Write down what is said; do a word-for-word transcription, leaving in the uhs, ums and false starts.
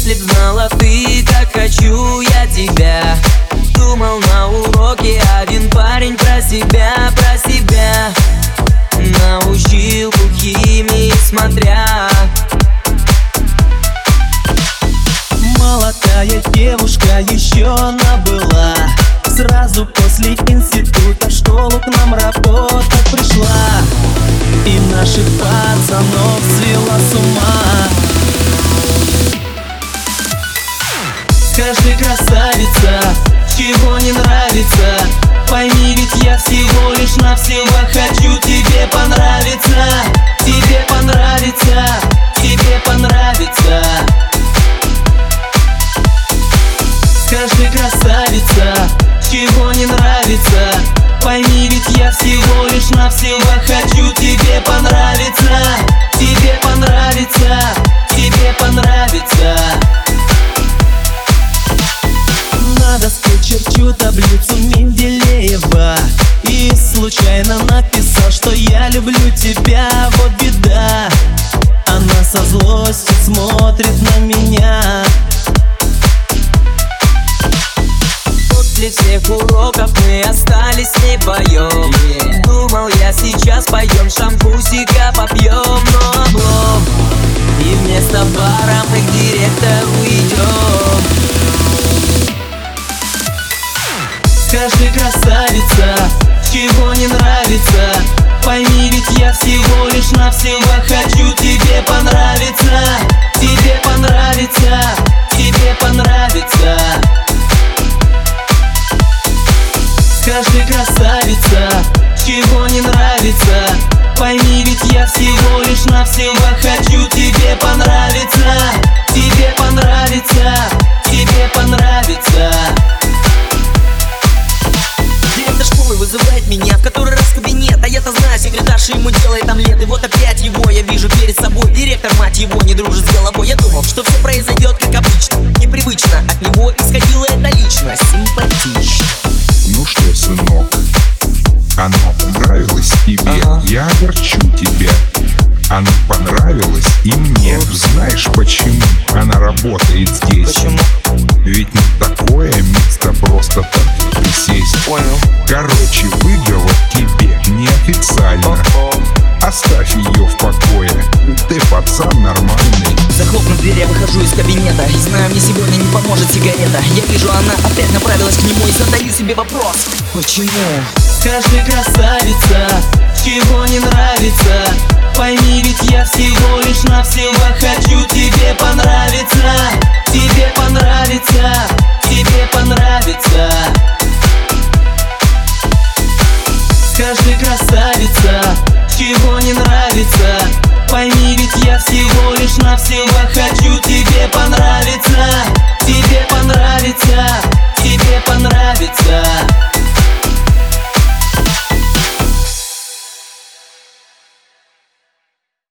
Если б знала ты, как хочу я тебя. Думал на уроке один парень про себя, про себя. Научил по химии смотря. Молодая девушка еще она была. Сразу после института в школу к нам работать пришла. И наших пацанов свела с ума. Скажи, красавица, чего не нравится? Пойми, ведь я всего лишь навсего хочу тебе понравиться. Тебе понравится, тебе понравится. Скажи, красавица, чего не нравится? Пойми, ведь я всего лишь навсего хочу тебе понравиться. Тебе понравится, тебе понравится. На доске черчу таблицу Менделеева и случайно написал, что я люблю тебя, вот беда. Она со злостью смотрит на меня. После всех уроков мы остались с ней вдвоем. yeah. Думал я, сейчас пойдем шампусика попьем, но облом. И вместо бара мы к директору идем. Скажи, красавица, чего не нравится? Пойми, ведь я всего лишь навсего хочу тебе понравиться. Тебе понравится, тебе понравится. Скажи, красавица, чего не нравится? Пойми, ведь я всего лишь навсего хочу тебе понравиться. Тебе понравится, тебе понравится. Директор школы вызывает меня в который раз в кабинет. А я-то знаю, секретарша ему делает омлет. И вот опять его я вижу перед собой. Директор, мать его, не дружит с головой. Я думал, что все произойдет как обычно. Непривычно, от него исходила эта личность. Симпатично. Ну что, сынок, она понравилась тебе? Ага. Я огорчу тебя. Она понравилась и мне. Знаешь почему она работает здесь? Почему? Ведь не такое место просто так присесть. Понял. Короче, выговор тебе неофициально. О-о. Оставь ее в покое. Ты пацан нормальный. Захлопнув дверь, я выхожу из кабинета. И знаю, мне сегодня не поможет сигарета. Я вижу, она опять направилась к нему. И задаю себе вопрос: почему? Скажи, красавица, чего не нравится? Пойми, ведь я всего лишь навсего хочу тебе понравиться. Тебе понравится, тебе понравится. Скажи, красавица, чего не нравится? Пойми, ведь я всего лишь навсего хочу тебе понравиться. Тебе понравится, тебе понравится.